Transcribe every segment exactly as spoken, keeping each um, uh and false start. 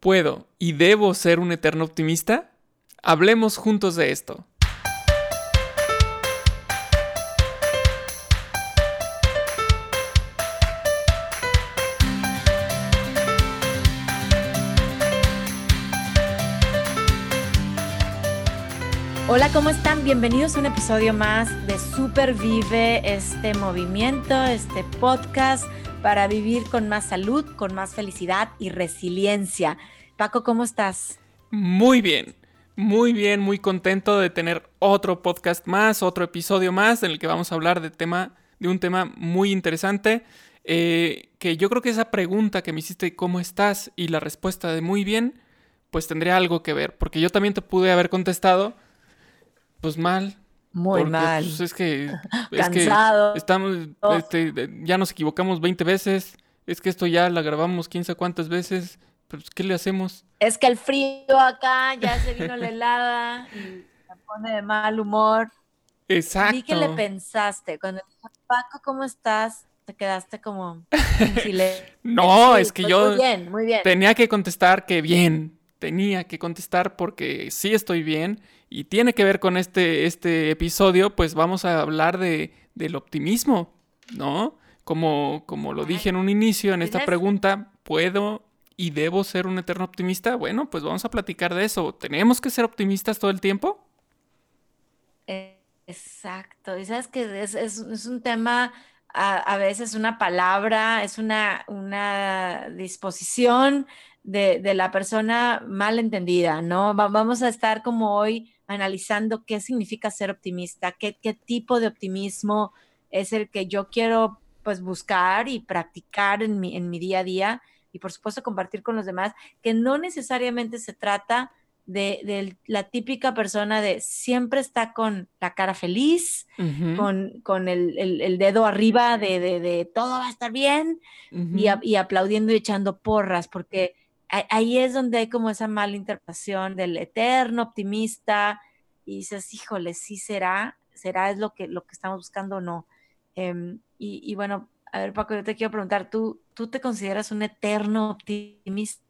¿Puedo y debo ser un eterno optimista? Hablemos juntos de esto. Hola, ¿cómo están? Bienvenidos a un episodio más de Supervive, este movimiento, este podcast para vivir con más salud, con más felicidad y resiliencia. Paco, ¿cómo estás? Muy bien, muy bien, muy contento de tener otro podcast más, otro episodio más en el que vamos a hablar de, tema, de un tema muy interesante, eh, que yo creo que esa pregunta que me hiciste, ¿cómo estás? Y la respuesta de muy bien, pues tendría algo que ver, porque yo también te pude haber contestado, pues mal. Muy Porque mal. pues, es que es que Cansado. estamos este, ya nos equivocamos veinte veces, es que esto ya la grabamos quién sabe cuántas veces, pues ¿qué le hacemos? Es que el frío acá ya se vino la helada y me pone de mal humor. Vi que le Exacto. pensaste. Cuando dijo, Paco, ¿cómo estás? Te quedaste como en No, silencio y es que pues muy yo bien, muy bien. tenía que contestar que bien, tenía que contestar porque sí estoy bien y tiene que ver con este, este episodio, pues vamos a hablar de, del optimismo, ¿no? Como, como lo dije en un inicio en esta Dices, pregunta, ¿puedo y debo ser un eterno optimista? Bueno, pues vamos a platicar de eso. ¿Tenemos que ser optimistas todo el tiempo? Eh, Exacto, y sabes que es, es- es un tema, a, a veces una palabra, es una, una disposición de, de la persona mal entendida, ¿no? Va- vamos a estar como hoy analizando qué significa ser optimista, qué, qué tipo de optimismo es el que yo quiero pues buscar y practicar en mi, en mi día a día y por supuesto compartir con los demás, que no necesariamente se trata de, de la típica persona de siempre está con la cara feliz, Ujú, con, con el, el, el dedo arriba de, de, de, todo va a estar bien y, a, ujú. y aplaudiendo y echando porras, porque a, ahí es donde hay como esa mala interpretación del eterno optimista y dices, híjole, sí será, será es lo que, lo que estamos buscando o no. Um, y, y bueno, a ver Paco, yo te quiero preguntar, ¿tú, tú te consideras un eterno optimista?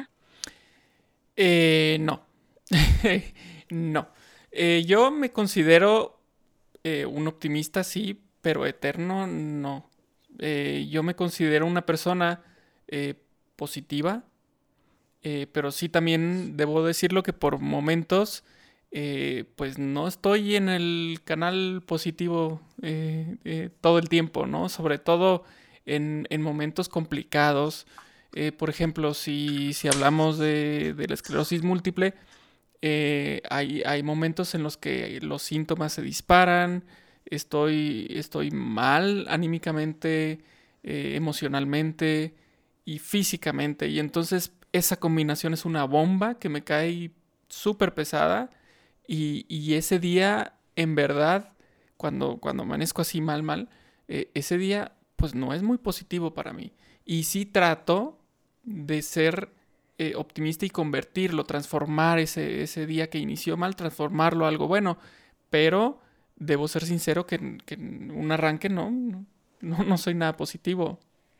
Eh, no. No. Eh, yo me considero eh, un optimista, sí, pero eterno, no. Eh, yo me considero una persona eh, positiva, eh, pero sí también debo decirlo que por momentos, eh, pues no estoy en el canal positivo eh, eh, todo el tiempo, ¿no? Sobre todo en, en momentos complicados. Eh, por ejemplo, si, si hablamos de, de la esclerosis múltiple, eh, hay, hay momentos en los que los síntomas se disparan, estoy, estoy mal anímicamente, eh, emocionalmente y físicamente. Y entonces esa combinación es una bomba que me cae súper pesada. Y, y ese día, en verdad, cuando, cuando amanezco así mal, mal, eh, ese día pues no es muy positivo para mí. Y sí trato de ser eh, optimista y convertirlo, transformar ese, ese día que inició mal, transformarlo a algo bueno. Pero debo ser sincero que, que en un arranque no, no, no, no soy nada positivo.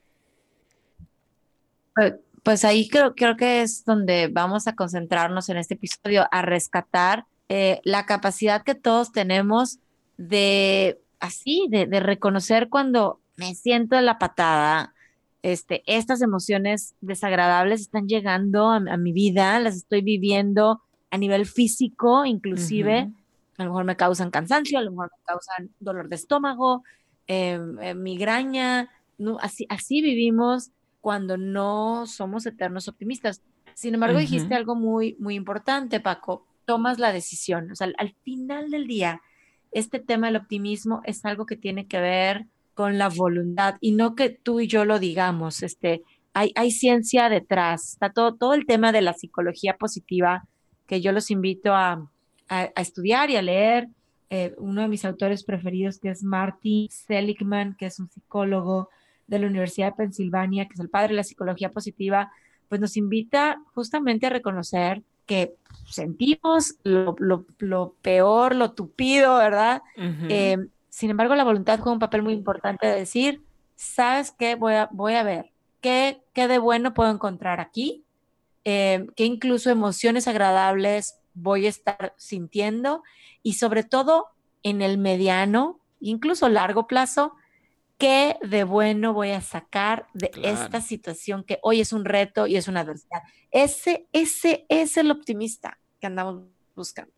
Pues, pues ahí creo, creo que es donde vamos a concentrarnos en este episodio, a rescatar eh, la capacidad que todos tenemos de, así, de, de reconocer cuando me siento en la patada, este, estas emociones desagradables están llegando a, a mi vida, las estoy viviendo a nivel físico, inclusive, Ujú, a lo mejor me causan cansancio, a lo mejor me causan dolor de estómago, eh, eh, migraña, no, así, así vivimos cuando no somos eternos optimistas. Sin embargo, dijiste ujú. algo muy, muy importante, Paco. Tomas la decisión. O sea, al, al final del día, este tema del optimismo es algo que tiene que ver con la voluntad y no que tú y yo lo digamos. Este, hay, hay ciencia detrás. Está todo, todo el tema de la psicología positiva que yo los invito a, a, a estudiar y a leer. Eh, uno de mis autores preferidos, que es Martin Seligman, que es un psicólogo de la Universidad de Pensilvania, que es el padre de la psicología positiva, pues nos invita justamente a reconocer que sentimos lo, lo, lo peor, lo tupido, ¿verdad? Ujú, Eh, Sin embargo, la voluntad juega un papel muy importante de decir, ¿sabes qué? Voy a, voy a ver, ¿qué, qué de bueno puedo encontrar aquí? eh, qué incluso emociones agradables voy a estar sintiendo y sobre todo en el mediano, incluso largo plazo, qué de bueno voy a sacar de esta Claro. situación que hoy es un reto y es una adversidad. Ese, ese es el optimista que andamos buscando.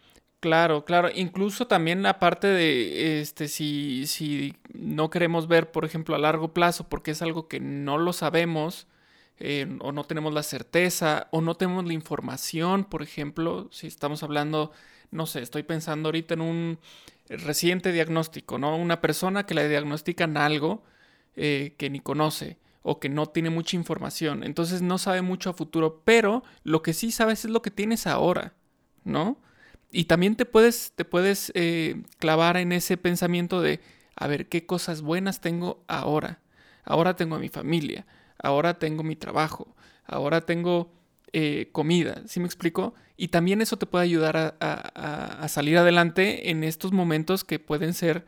Claro, claro. Incluso también aparte de este, si, si no queremos ver, por ejemplo, a largo plazo, porque es algo que no lo sabemos, eh, o no tenemos la certeza, o no tenemos la información, por ejemplo, si estamos hablando, no sé, estoy pensando ahorita en un reciente diagnóstico, ¿no? Una persona que le diagnostican algo eh, que ni conoce o que no tiene mucha información, entonces no sabe mucho a futuro, pero lo que sí sabes es lo que tienes ahora, ¿no? Y también te puedes, te puedes eh, clavar en ese pensamiento de, a ver, ¿qué cosas buenas tengo ahora? Ahora tengo a mi familia, ahora tengo mi trabajo, ahora tengo eh, comida, ¿sí me explico? Y también eso te puede ayudar a, a- a salir adelante en estos momentos que pueden ser,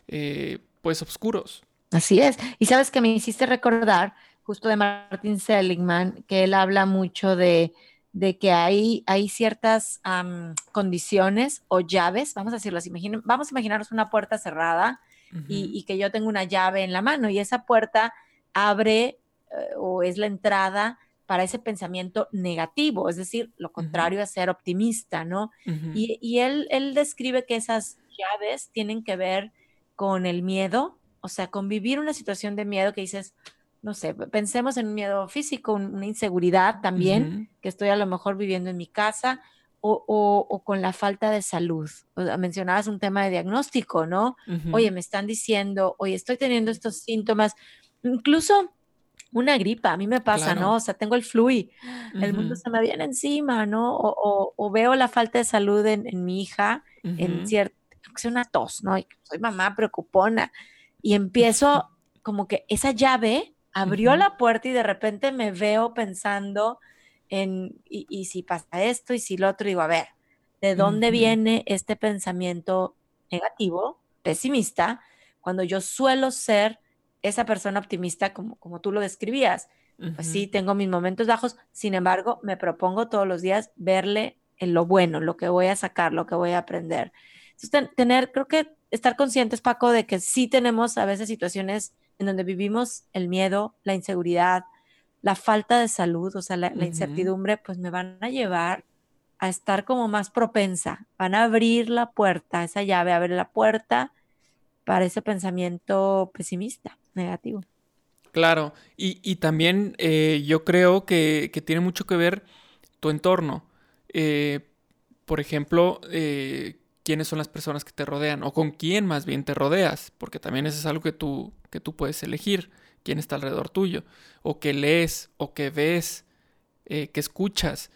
eh, pues, oscuros. Así es. Y sabes que me hiciste recordar justo de Martin Seligman, que él habla mucho de, de que hay, hay ciertas am, condiciones o llaves, vamos a decirlo así, imaginen- vamos a imaginarnos una puerta cerrada y, Ujú, y que yo tengo una llave en la mano y esa puerta abre eh, o es la entrada para ese pensamiento negativo, es decir, lo ujú, contrario a ser optimista, ¿no? ujú, Y, y él, él describe que esas llaves tienen que ver con el miedo, o sea, convivir una situación de miedo que dices, no sé, pensemos en un miedo físico, un- una inseguridad también, ujú, que estoy a lo mejor viviendo en mi casa, o, o- o con la falta de salud. O sea, mencionabas un tema de diagnóstico, ¿no? ujú. Oye, me están diciendo, oye, estoy teniendo estos síntomas, incluso una gripa, a mí me pasa, Claro. ¿no? O sea, tengo el flu y el mundo Ujú, se me viene encima, ¿no? O, o- o veo la falta de salud en, en mi hija, en ujú, cierto, que sea una tos, ¿no? Y soy mamá preocupona y empiezo como que esa llave abrió ujú, la puerta y de repente me veo pensando en, y, y si pasa esto y si lo otro, digo, a ver, ¿de dónde ujú, viene este pensamiento negativo, pesimista, cuando yo suelo ser esa persona optimista como, como tú lo describías? Pues ujú. sí, tengo mis momentos bajos, sin embargo, me propongo todos los días verle en lo bueno, lo que voy a sacar, lo que voy a aprender. Entonces, ten- tener, creo que estar conscientes, Paco, de que sí tenemos a veces situaciones en donde vivimos el miedo, la inseguridad, la falta de salud, o sea, la, la Ujú. incertidumbre, pues me van a llevar a estar como más propensa, van a abrir la puerta, esa llave, abre la puerta para ese pensamiento pesimista, negativo. Claro, y, y también eh, yo creo que, que tiene mucho que ver tu entorno. Eh, por ejemplo, eh, quiénes son las personas que te rodean o con quién más bien te rodeas, porque también eso es algo que tú, que tú puedes elegir, quién está alrededor tuyo, o que lees, o que ves, eh, que escuchas.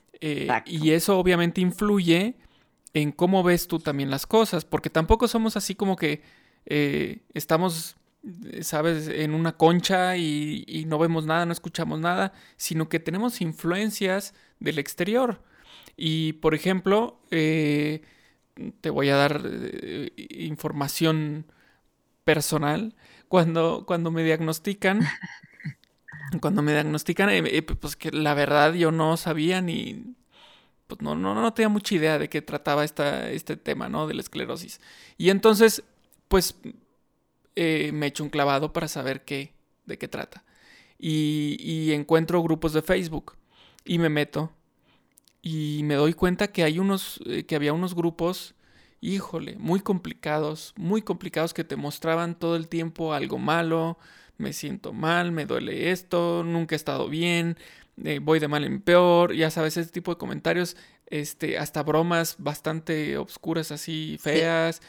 Eh, y Exacto. eso obviamente influye en cómo ves tú también las cosas, porque tampoco somos así como que eh, estamos, eh, sabes, en una concha y, y no vemos nada, no escuchamos nada, sino que tenemos influencias del exterior. Y, por ejemplo, eh, te voy a dar eh, información personal. Cuando, cuando me diagnostican, cuando me diagnostican, eh, eh, pues que la verdad yo no sabía ni, pues no, no, no tenía mucha idea de qué trataba esta, este tema, ¿no? De la esclerosis. Y entonces, pues eh, me echo un clavado para saber qué, de qué trata. Y, y encuentro grupos de Facebook y me meto y me doy cuenta que hay unos, eh, que había unos grupos, híjole, muy complicados, muy complicados que te mostraban todo el tiempo algo malo, me siento mal, me duele esto, nunca he estado bien, eh, voy de mal en peor, ya sabes, ese tipo de comentarios, este, hasta bromas bastante obscuras así, Sí, feas,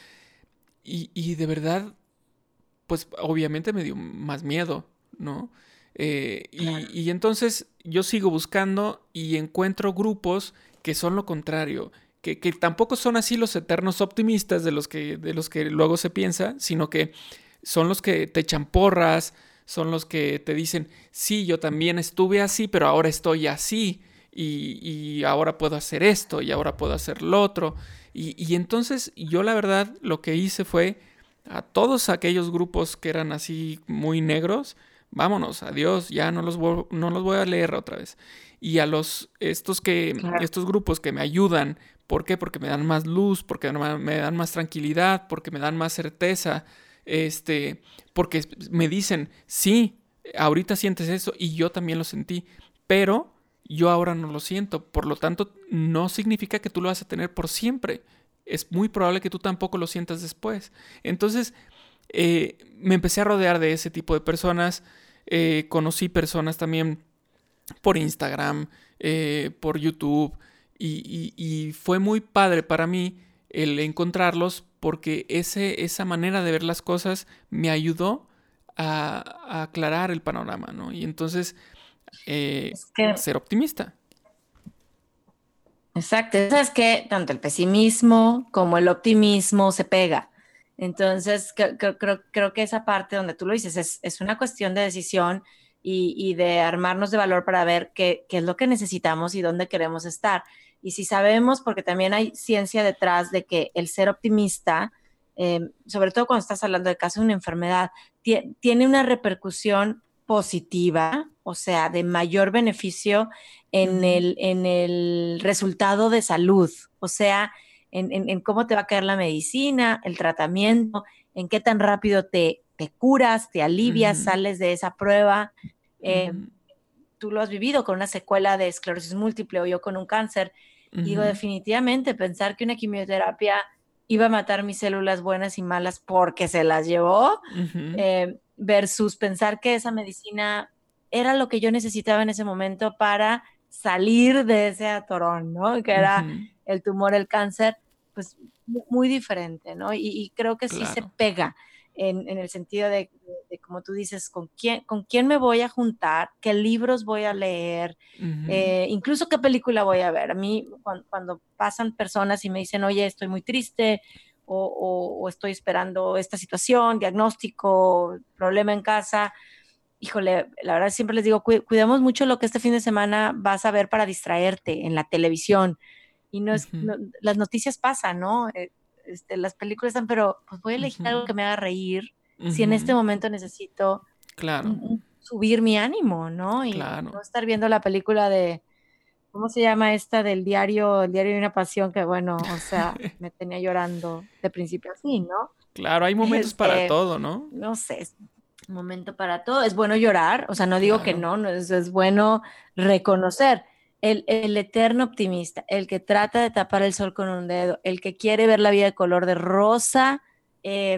y, y de verdad, pues obviamente me dio más miedo, ¿no? Eh, y, claro. y entonces yo sigo buscando y encuentro grupos que son lo contrario, que, que tampoco son así los eternos optimistas de los que, de los que luego se piensa, sino que son los que te echan porras, son los que te dicen, sí, yo también estuve así, pero ahora estoy así, y, y ahora puedo hacer esto, y ahora puedo hacer lo otro. Y, y entonces yo la verdad lo que hice fue a todos aquellos grupos que eran así muy negros, vámonos, adiós, ya no los, voy, no los voy a leer otra vez. Y a los, estos que, Claro. estos grupos que me ayudan, ¿por qué? Porque me dan más luz, porque me dan más tranquilidad, porque me dan más certeza, este, porque me dicen, sí, ahorita sientes eso y yo también lo sentí, pero yo ahora no lo siento, por lo tanto no significa que tú lo vas a tener por siempre, es muy probable que tú tampoco lo sientas después. Entonces eh, me empecé a rodear de ese tipo de personas, eh, conocí personas también por Instagram, eh, por YouTube, y, y, y fue muy padre para mí el encontrarlos porque ese, esa manera de ver las cosas me ayudó a, a aclarar el panorama, ¿no? Y entonces eh, Es que, ser optimista. exacto, es que tanto el pesimismo como el optimismo se pega. Entonces, creo, creo, creo, creo que esa parte donde tú lo dices es, es una cuestión de decisión y, y de armarnos de valor para ver qué, qué es lo que necesitamos y dónde queremos estar. Y si sabemos, porque también hay ciencia detrás de que el ser optimista, eh, sobre todo cuando estás hablando de caso de una enfermedad, tie- tiene una repercusión positiva, o sea, de mayor beneficio en Ujú, el, en el resultado de salud, o sea, en, en, en, cómo te va a caer la medicina, el tratamiento, en qué tan rápido te, te curas, te alivias, ujú, sales de esa prueba. Eh, ujú, tú lo has vivido con una secuela de esclerosis múltiple o yo con un cáncer. Y digo, ujú, definitivamente, pensar que una quimioterapia iba a matar mis células buenas y malas porque se las llevó, ujú, eh, versus pensar que esa medicina era lo que yo necesitaba en ese momento para salir de ese atorón, ¿no? Que era ujú. el tumor, el cáncer, pues muy diferente, ¿no? Y, y creo que sí se Claro. pega en, en el sentido de, de, de, como tú dices, ¿con quién, con quién me voy a juntar, qué libros voy a leer, Ujú, eh, incluso qué película voy a ver. A mí, cuando, cuando pasan personas y me dicen, oye, estoy muy triste, o, o, o, estoy esperando esta situación, diagnóstico, problema en casa. Híjole, la verdad siempre les digo, cu cuidemos mucho lo que este fin de semana vas a ver para distraerte en la televisión. Y no es, ujú, no, las noticias pasan, ¿no? Eh, este, las películas están, pero pues voy a elegir algo ujú, que me haga reír si en este ujú. momento necesito Claro, un, un subir mi ánimo, ¿no? Y, y no claro. estar viendo la película de, ¿cómo se llama esta del diario, el diario de una pasión? Que bueno, o sea, me tenía llorando de principio a fin, ¿no? Claro, hay momentos para Este, todo, ¿no? no sé, es un momento para todo. Es bueno llorar, o sea, no digo que Claro. no, no es, es bueno reconocer. El, el eterno optimista, el que trata de tapar el sol con un dedo, el que quiere ver la vida de color de rosa, eh,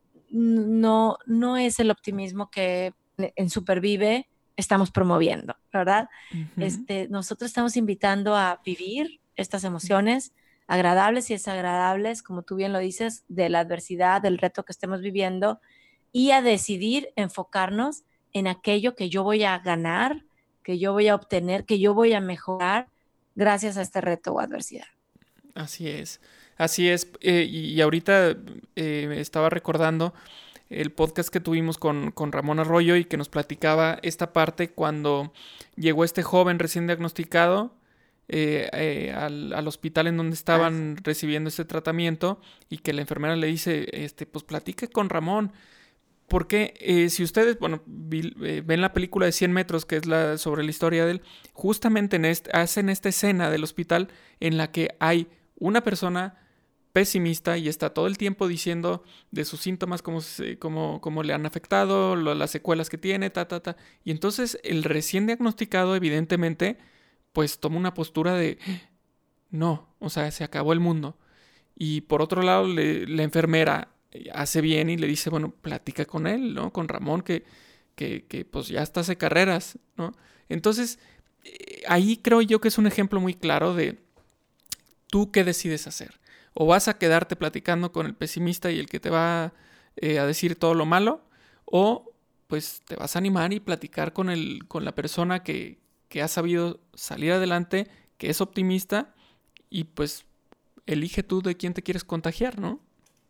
no, no es el optimismo que en Supervive estamos promoviendo, ¿verdad? Ujú, Este, nosotros estamos invitando a vivir estas emociones agradables y desagradables, como tú bien lo dices, de la adversidad, del reto que estemos viviendo, y a decidir enfocarnos en aquello que yo voy a ganar, que yo voy a obtener, que yo voy a mejorar gracias a este reto o adversidad. así es. Así es. Eh, y, y ahorita eh, estaba recordando el podcast que tuvimos con, con Ramón Arroyo y que nos platicaba esta parte cuando llegó este joven recién diagnosticado eh, eh, al, al hospital en donde Ah, estaban recibiendo este tratamiento y que la enfermera le dice, este, pues platique con Ramón. Porque eh, si ustedes, bueno, vi, eh, ven la película de cien metros, que es la sobre la historia de él, justamente en este, hacen esta escena del hospital en la que hay una persona pesimista y está todo el tiempo diciendo de sus síntomas, cómo, se, cómo, cómo le han afectado, lo, las secuelas que tiene, ta, ta, ta. Y entonces el recién diagnosticado, evidentemente, pues toma una postura de no, o sea, se acabó el mundo. Y por otro lado, le, la enfermera hace bien y le dice, bueno, platica con él, ¿no? Con Ramón, que, que, que pues ya está hace carreras, ¿no? Entonces, eh, ahí creo yo que es un ejemplo muy claro de tú qué decides hacer. O vas a quedarte platicando con el pesimista y el que te va eh, a decir todo lo malo, o pues te vas a animar y platicar con, el, con la persona que, que ha sabido salir adelante, que es optimista, y pues elige tú de quién te quieres contagiar, ¿no?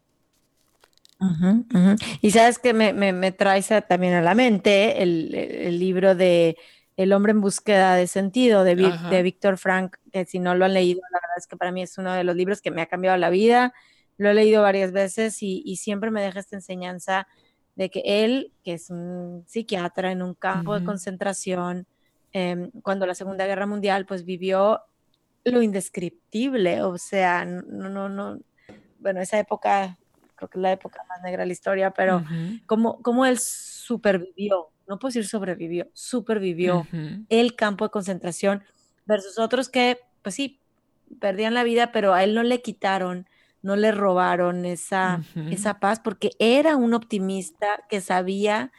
uh-huh, uh-huh. Y sabes que me, me, me traes a- también a la mente el, el, el libro de El hombre en búsqueda de sentido de, Vi- de Ajá. Víctor Frank, que si no lo han leído, la verdad es que para mí es uno de los libros que me ha cambiado la vida. Lo he leído varias veces y, y siempre me deja esta enseñanza de que él, que es un psiquiatra en un campo de Ujú. concentración, eh, cuando la Segunda Guerra Mundial, pues vivió lo indescriptible, o sea, no, no, no, bueno, esa época, creo que es la época más negra de la historia, pero Ujú. como, como él supervivió, no puedo decir sobrevivió, supervivió Ujú. el campo de concentración versus otros que, pues sí, perdían la vida, pero a él no le quitaron, no le robaron esa, Ujú. esa paz, porque era un optimista que sabía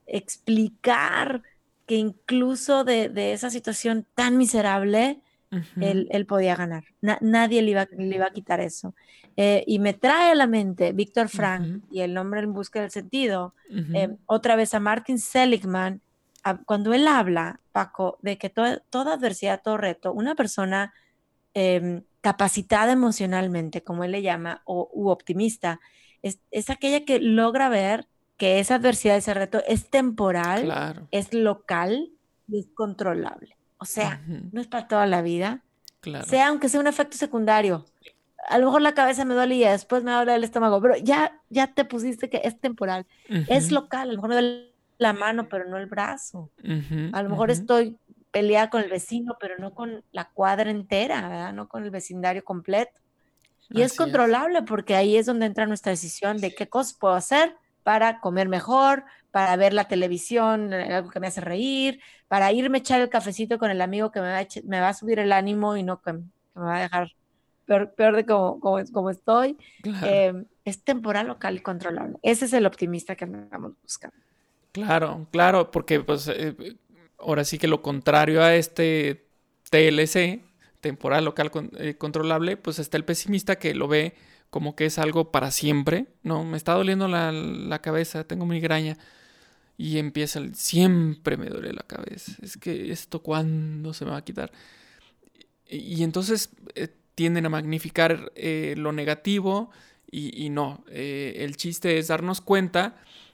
explicar que incluso de, de esa situación tan miserable, Ujú. él, él podía ganar. Na- nadie le iba, le iba a quitar eso. Eh, y me trae a la mente Víctor Frank Ujú. y El hombre en busca del sentido. Ujú. Eh, otra vez a Martin Seligman, a- cuando él habla, Paco, de que to- toda adversidad, todo reto, una persona eh, capacitada emocionalmente, como él le llama, o, u optimista, es, es aquella que logra ver que esa adversidad, ese reto es temporal, Claro. es local y es controlable. O sea, Ujú. no es para toda la vida, Claro. sea aunque sea un efecto secundario. A lo mejor la cabeza me duele y después me duele el estómago, pero ya, ya te pusiste que es temporal, es Ujú. local, a lo mejor me duele la mano, pero no el brazo. Ujú. A lo mejor Ujú. estoy peleada con el vecino, pero no con la cuadra entera, ¿verdad? No con el vecindario completo. Y es Así es. controlable porque ahí es donde entra nuestra decisión de qué cosas puedo hacer para comer mejor, para ver la televisión, eh, algo que me hace reír, para irme a echar el cafecito con el amigo que me va a, eche- me va a subir el ánimo y no que, que me va a dejar peor, peor de como, como, como estoy. Claro. Eh, es temporal, local y controlable. Ese es el optimista que andamos buscando. Claro, claro, porque pues eh, ahora sí que lo contrario a este T L C, temporal local con- eh, controlable, pues está el pesimista que lo ve como que es algo para siempre, ¿no? Me está doliendo la, la cabeza, tengo migraña y empieza el siempre me duele la cabeza, es que esto cuándo se me va a quitar. Y, y entonces eh, tienden a magnificar eh, lo negativo y, y no, eh, el chiste es darnos cuenta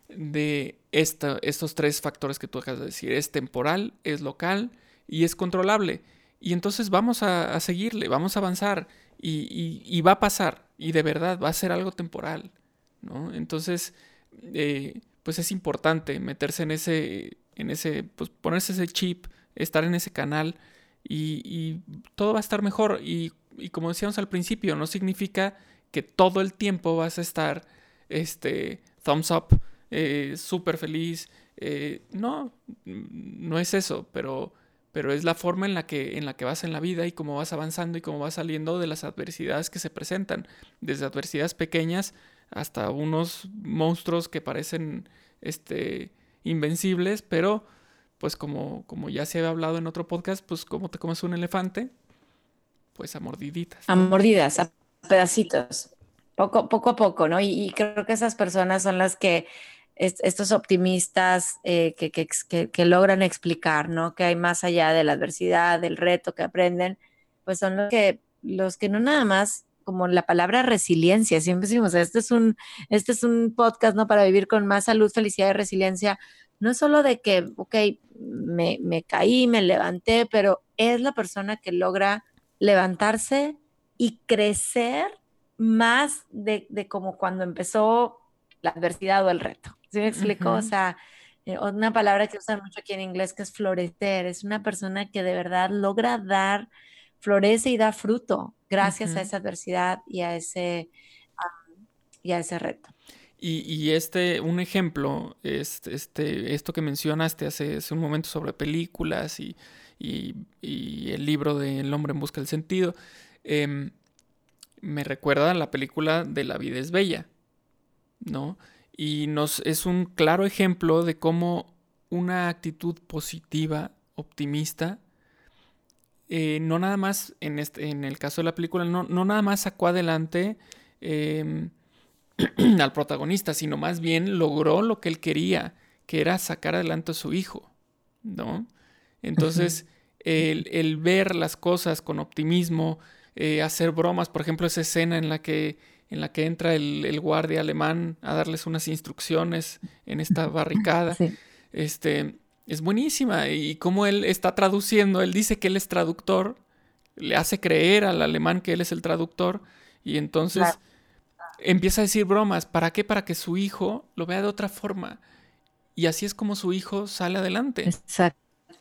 de esta, estos tres factores que tú acabas de decir. Es temporal, es local y es controlable. Y entonces vamos a, a seguirle, vamos a avanzar y, y, y, va a pasar. Y de verdad va a ser algo temporal, ¿no? Entonces, eh, pues es importante meterse en ese, en ese, pues ponerse ese chip, estar en ese canal y, y todo va a estar mejor. Y, y como decíamos al principio, no significa que todo el tiempo vas a estar, este, thumbs up, eh, súper feliz. Eh, no, no es eso, pero, pero es la forma en la, que, en la que vas en la vida y cómo vas avanzando y cómo vas saliendo de las adversidades que se presentan. Desde adversidades pequeñas hasta unos monstruos que parecen este, invencibles, pero pues como, como ya se había hablado en otro podcast, pues como te comes un elefante, pues a mordiditas, A ¿no? mordidas, a pedacitos, poco, poco a poco, ¿no? Y, y creo que esas personas son las que, est- estos optimistas eh, que, que, ex- que- que logran explicar, ¿no? Que hay más allá de la adversidad, del reto que aprenden, pues son los que, los que no nada más, como la palabra resiliencia, siempre decimos, este es un, este es un podcast, ¿no? Para vivir con más salud, felicidad y resiliencia. No es solo de que, ok, me, me caí, me levanté, pero es la persona que logra levantarse y crecer más de, de como cuando empezó la adversidad o el reto. ¿Sí me explico? O Ujú. sea, eh, una palabra que usan mucho aquí en inglés que es florecer. Es una persona que de verdad logra dar, florece y da fruto gracias a Ujú. esa adversidad y a ese, y a ese reto. Y, y este, un ejemplo, este, este, esto que mencionaste hace, hace un momento sobre películas y, y, y el libro de El hombre en busca del sentido, em, me recuerda a la película de La vida es bella, ¿no? Y nos es un claro ejemplo de cómo una actitud positiva, optimista, eh, no nada más en, este, en el caso de la película, no, no nada más sacó adelante eh, al protagonista, sino más bien logró lo que él quería, que era sacar adelante a su hijo, ¿no? Ujú. Entonces, el, el ver las cosas con optimismo, eh, hacer bromas, por ejemplo, esa escena en la que, en la que entra el, el guardia alemán a darles unas instrucciones en esta barricada, Sí, este, es buenísima. Y como él está traduciendo, él dice que él es traductor, le hace creer al alemán que él es el traductor, y entonces claro. empieza a decir bromas. ¿Para qué? Para que su hijo lo vea de otra forma. Y así es como su hijo sale adelante. Exacto.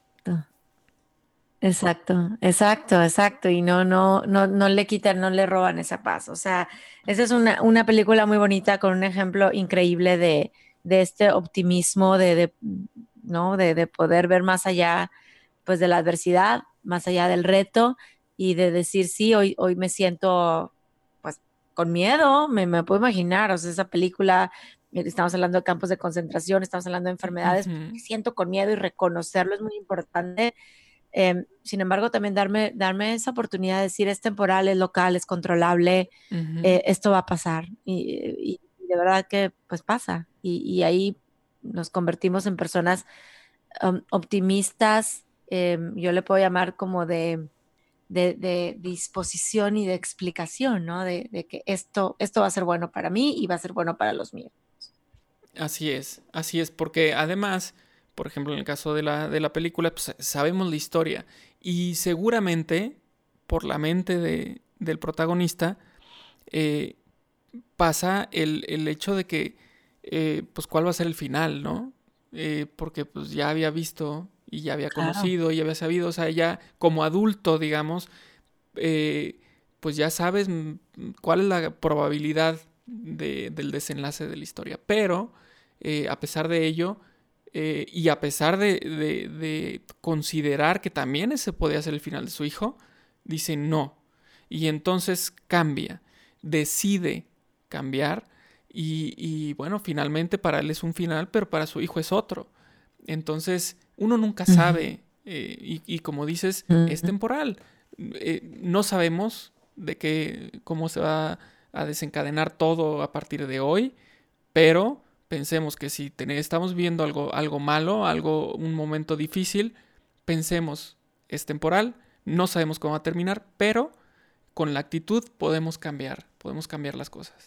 Exacto, exacto, exacto. Y no, no, no, no le quitan, no le roban esa paz. O sea, esa es una, una película muy bonita con un ejemplo increíble de, de este optimismo, de, de, ¿no? De, de poder ver más allá, pues, de la adversidad, más allá del reto, y de decir, sí, hoy, hoy me siento, pues, con miedo, me, me puedo imaginar. O sea, esa película, eh, estamos hablando de campos de concentración, estamos hablando de enfermedades, me Ujú, siento con miedo y reconocerlo es muy importante. Eh, sin embargo, también darme, darme esa oportunidad de decir, es temporal, es local, es controlable, ujú. eh, esto va a pasar. Y, y de verdad que pues pasa. Y, y ahí nos convertimos en personas um, optimistas, eh, yo le puedo llamar como de, de, de disposición y de explicación, ¿no? De, de que esto, esto va a ser bueno para mí y va a ser bueno para los míos. Así es, así es, porque además, por ejemplo, en el caso de la, de la película, pues, sabemos la historia y seguramente por la mente de, del protagonista eh, pasa el, el hecho de que, eh, pues, cuál va a ser el final, ¿no? Eh, porque pues ya había visto y ya había Claro. conocido y había sabido, o sea, ya como adulto, digamos, eh, pues ya sabes mm, cuál es la probabilidad de- del desenlace de la historia. Pero, eh, a pesar de ello, eh, y a pesar de, de- de considerar que también ese podía ser el final de su hijo, dice no. Y entonces cambia, decide cambiar. Y, y bueno, finalmente para él es un final, pero para su hijo es otro. Entonces, uno nunca Ujú, sabe, eh, y, y como dices, es ujú. temporal. Eh, no sabemos de qué, cómo se va a desencadenar todo a partir de hoy, pero pensemos que si ten- estamos viendo algo, algo malo, algo, un momento difícil, pensemos, es temporal, no sabemos cómo va a terminar, pero con la actitud podemos cambiar, podemos cambiar las cosas.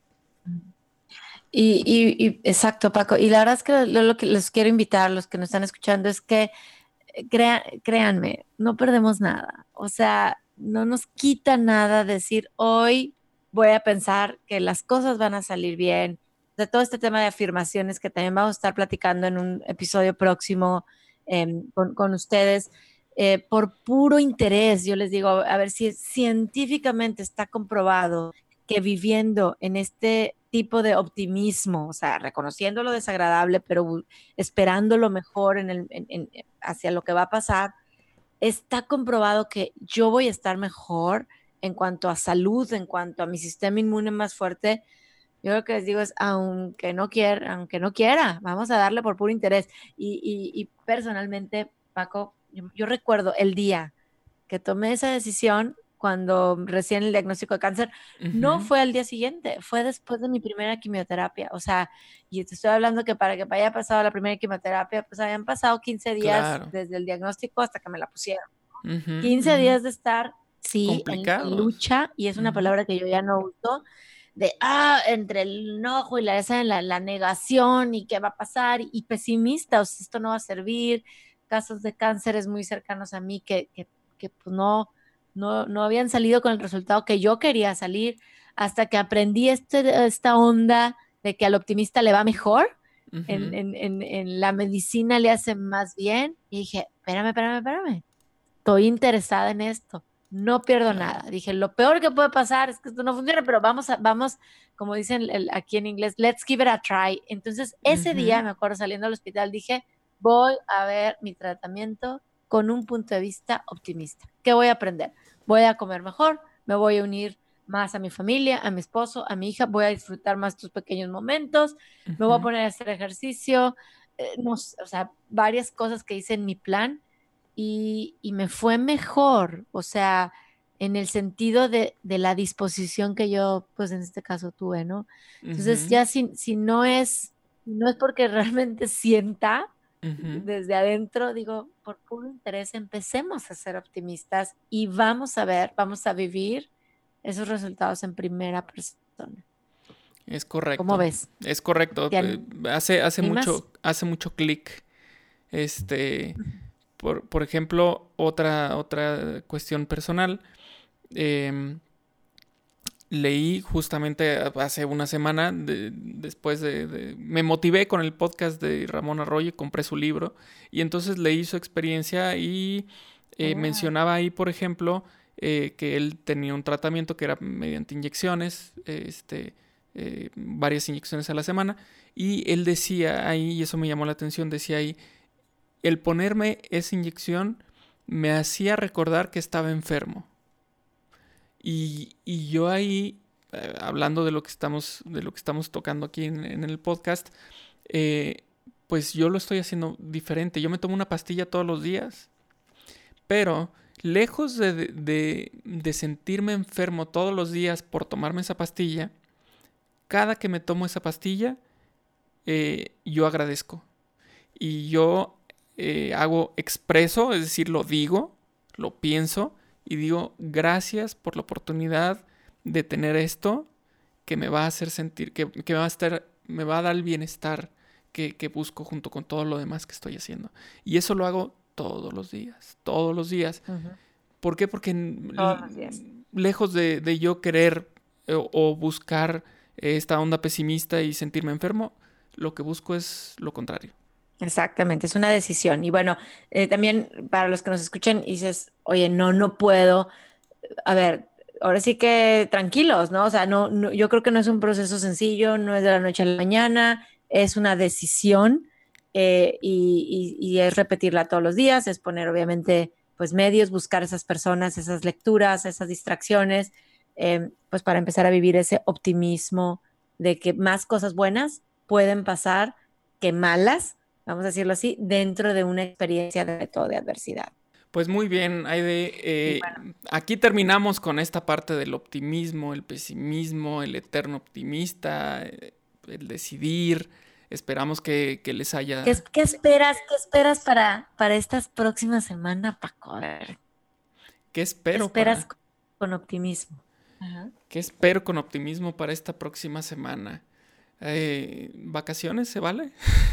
Y, y, y- exacto, Paco. Y la verdad es que lo, lo que les quiero invitar, los que nos están escuchando, es que eh, crea- créanme, no perdemos nada. O sea, no nos quita nada decir hoy voy a pensar que las cosas van a salir bien. De todo este tema de afirmaciones que también vamos a estar platicando en un episodio próximo em, con, con ustedes. Eh, por puro interés, yo les digo, a ver si científicamente está comprobado que viviendo en este tipo de optimismo, o sea, reconociendo lo desagradable, pero bu- esperando lo mejor en el, en- en- hacia lo que va a pasar, está comprobado que yo voy a estar mejor en cuanto a salud, en cuanto a mi sistema inmune más fuerte. Yo lo que les digo es, aunque no quiera, aunque no quiera, vamos a darle por puro interés. Y, y- y personalmente, Paco, yo, yo recuerdo el día que tomé esa decisión cuando recién el diagnóstico de cáncer, no Ujú, fue al día siguiente, fue después de mi primera quimioterapia. O sea, y te estoy hablando que para que haya pasado la primera quimioterapia, pues habían pasado quince días claro. desde el diagnóstico hasta que me la pusieron. Ujú, quince ujú. días de estar, sí, en, en Complicados. lucha, y es una Ujú, palabra que yo ya no uso, de, ah, entre el enojo y la, esa, la, la negación y qué va a pasar, y pesimista, o sea, esto no va a servir, casos de cánceres muy cercanos a mí que, que, que pues no, no, no habían salido con el resultado que yo quería salir, hasta que aprendí este, esta onda de que al optimista le va mejor, en, ujú. en, en, en la medicina le hace más bien, y dije, espérame, espérame, espérame, estoy interesada en esto, no pierdo Claro. nada. Dije, lo peor que puede pasar es que esto no funcione, pero vamos, a, vamos, como dicen el- aquí en inglés, let's give it a try. Entonces, ese día, Ujú. me acuerdo saliendo del hospital, dije, voy a ver mi tratamiento con un punto de vista optimista. ¿Qué voy a aprender? Voy a comer mejor, me voy a unir más a mi familia, a mi esposo, a mi hija, voy a disfrutar más tus pequeños momentos, me voy a Ujú, poner a hacer ejercicio, eh, no sé, o sea, varias cosas que hice en mi plan, y, y me fue mejor, o sea, en el sentido de, de la disposición que yo, pues en este caso tuve, ¿no? Entonces ujú, ya si, si no es, no es porque realmente sienta ujú. desde adentro, digo, por puro interés, empecemos a ser optimistas y vamos a ver, vamos a vivir esos resultados en primera persona. Es ¿Cómo correcto. ves? Es correcto. ¿Te Eh, Hace, hace animas? mucho, hace mucho clic. Este, por, por ejemplo, otra, otra cuestión personal. em, leí justamente hace una semana, de, después de, de... Me motivé con el podcast de Ramón Arroyo y compré su libro. Y entonces leí su experiencia y eh, Oh, mencionaba ahí, por ejemplo, eh, que él tenía un tratamiento que era mediante inyecciones, eh, este, eh, varias inyecciones a la semana. Y él decía ahí, y eso me llamó la atención, decía ahí, el ponerme esa inyección me hacía recordar que estaba enfermo. Y, y yo ahí, eh, hablando de lo que estamos, de lo que estamos tocando aquí en, en el podcast, eh, pues yo lo estoy haciendo diferente. Yo me tomo una pastilla todos los días, pero lejos de, de, de sentirme enfermo todos los días por tomarme esa pastilla, cada que me tomo esa pastilla, eh, yo agradezco. Y yo eh, hago expreso, es decir, lo digo, lo pienso y digo gracias por la oportunidad de tener esto que me va a hacer sentir, que, que me va a estar, me va a dar el bienestar que, que busco junto con todo lo demás que estoy haciendo. Y eso lo hago todos los días, todos los días. ujú. ¿Por qué? Porque Todos los días. lejos de, de yo querer eh, o buscar esta onda pesimista y sentirme enfermo, lo que busco es lo contrario. Exactamente, es una decisión. Y bueno, eh, también para los que nos escuchen y dices, oye, no, no puedo. A ver, ahora sí que tranquilos, ¿no? O sea, no, no, yo creo que no es un proceso sencillo, no es de la noche a la mañana, es una decisión eh, y, y- y es repetirla todos los días, es poner obviamente pues medios, buscar esas personas, esas lecturas, esas distracciones, eh, pues para empezar a vivir ese optimismo de que más cosas buenas pueden pasar que malas, vamos a decirlo así, dentro de una experiencia de todo de adversidad. Pues muy bien, Aide. Y Eh, bueno, aquí terminamos con esta parte del optimismo, el pesimismo, el eterno optimista, eh, el decidir. Esperamos que, que les ¿qué, es- haya... qué esperas, qué esperas para, para estas próximas semanas, Paco? A ver, ¿Qué ¿qué espero esperas para... con, con optimismo? Ajá. ¿Qué espero con optimismo para esta próxima semana? Eh, ¿vacaciones se vale?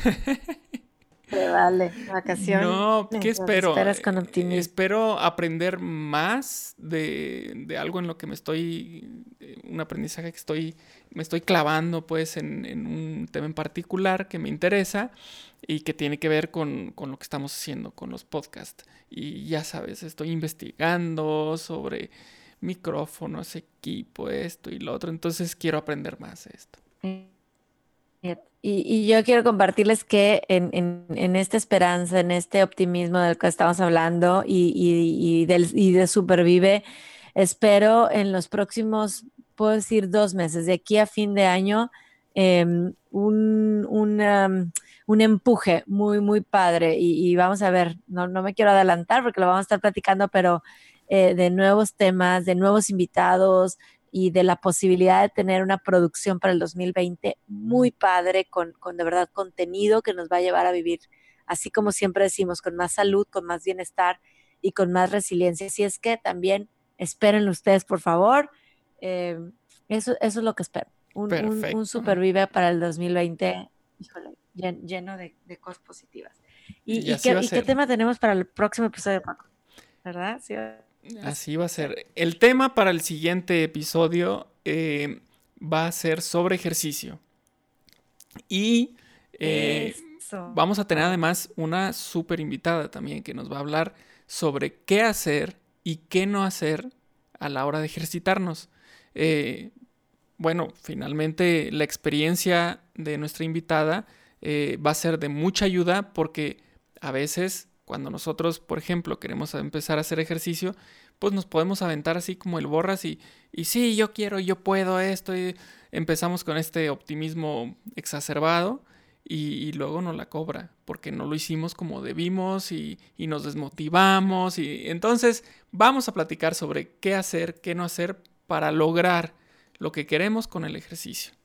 Se vale, vacaciones, No, ¿qué las espero? esperas con Eh, optimismo. espero aprender más de, de algo en lo que me estoy, eh, un aprendizaje que estoy, me estoy clavando pues en, en un tema en particular que me interesa y que tiene que ver con, con lo que estamos haciendo con los podcasts. Y ya sabes, estoy investigando sobre micrófonos, equipo, esto y lo otro, entonces quiero aprender más de esto. Fíjate. Y, y yo quiero compartirles que en, en- en esta esperanza, en este optimismo del que estamos hablando y, y, y del, y de Supervive, espero en los próximos, puedo decir, dos meses, de aquí a fin de año, em, un, un, am, un empuje muy, muy padre. Y, y vamos a ver, no, no me quiero adelantar porque lo vamos a estar platicando, pero eh, de nuevos temas, de nuevos invitados y de la posibilidad de tener una producción para el dos mil veinte muy padre, con, con de verdad contenido que nos va a llevar a vivir, así como siempre decimos, con más salud, con más bienestar y con más resiliencia. Así es que también espérenlo ustedes, por favor. Eh, eso, eso es lo que espero. Un, un, un Perfecto. supervive para el dos mil veinte, híjole, llen- lleno de, de cosas positivas. ¿Y, Y y, así qué, va a ¿Y qué ser. tema tenemos para el próximo episodio, Paco? ¿Verdad? Sí, va a Así va a ser. ser. El tema para el siguiente episodio eh, va a ser sobre ejercicio. Y eh, Eso. vamos a tener además una súper invitada también que nos va a hablar sobre qué hacer y qué no hacer a la hora de ejercitarnos. Eh, bueno, finalmente la experiencia de nuestra invitada eh, va a ser de mucha ayuda porque a veces cuando nosotros, por ejemplo, queremos empezar a hacer ejercicio, pues nos podemos aventar así como el borras y, y sí, yo quiero, yo puedo esto. Y empezamos con este optimismo exacerbado y, y luego nos la cobra porque no lo hicimos como debimos y, y nos desmotivamos. Y entonces vamos a platicar sobre qué hacer, qué no hacer para lograr lo que queremos con el ejercicio.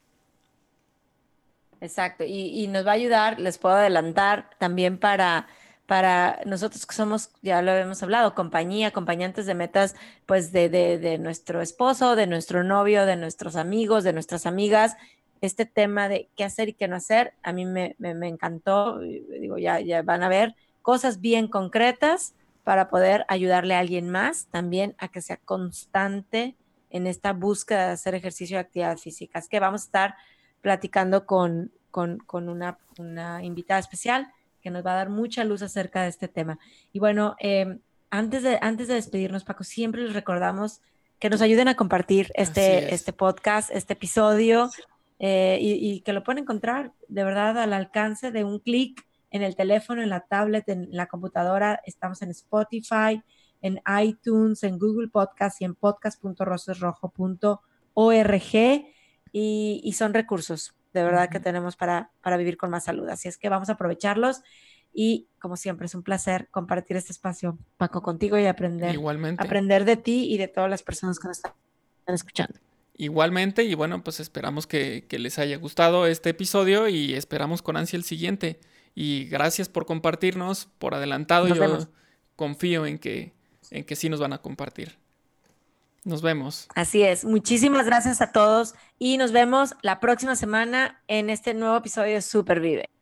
Exacto, y, y nos va a ayudar, les puedo adelantar, también para, para nosotros que somos, ya lo hemos hablado, compañía, acompañantes de metas, pues de, de, de nuestro esposo, de nuestro novio, de nuestros amigos, de nuestras amigas. Este tema de qué hacer y qué no hacer, a mí me, me, me encantó. Y digo, ya, ya van a ver cosas bien concretas para poder ayudarle a alguien más también a que sea constante en esta búsqueda de hacer ejercicio y actividad física. Es que vamos a estar platicando con, con, con una, una invitada especial que nos va a dar mucha luz acerca de este tema. Y bueno, eh, antes, de, antes de despedirnos, Paco, siempre les recordamos que nos ayuden a compartir este, este podcast, este episodio, eh, y, y que lo pueden encontrar de verdad al alcance de un clic en el teléfono, en la tablet, en la computadora. Estamos en Spotify, en iTunes, en Google Podcast y en podcast punto roses rojo punto org, y, y son recursos de verdad uh-huh. que tenemos para, para vivir con más salud. Así es que vamos a aprovecharlos y, como siempre, es un placer compartir este espacio, Paco, contigo y aprender. Igualmente. Aprender de ti y de todas las personas que nos están escuchando. Igualmente, y bueno, pues esperamos que, que les haya gustado este episodio y esperamos con ansia el siguiente. Y gracias por compartirnos, por adelantado. Nos Yo vemos. confío en que, en que sí nos van a compartir. Nos vemos. Así es. Muchísimas gracias a todos y nos vemos la próxima semana en este nuevo episodio de Supervive.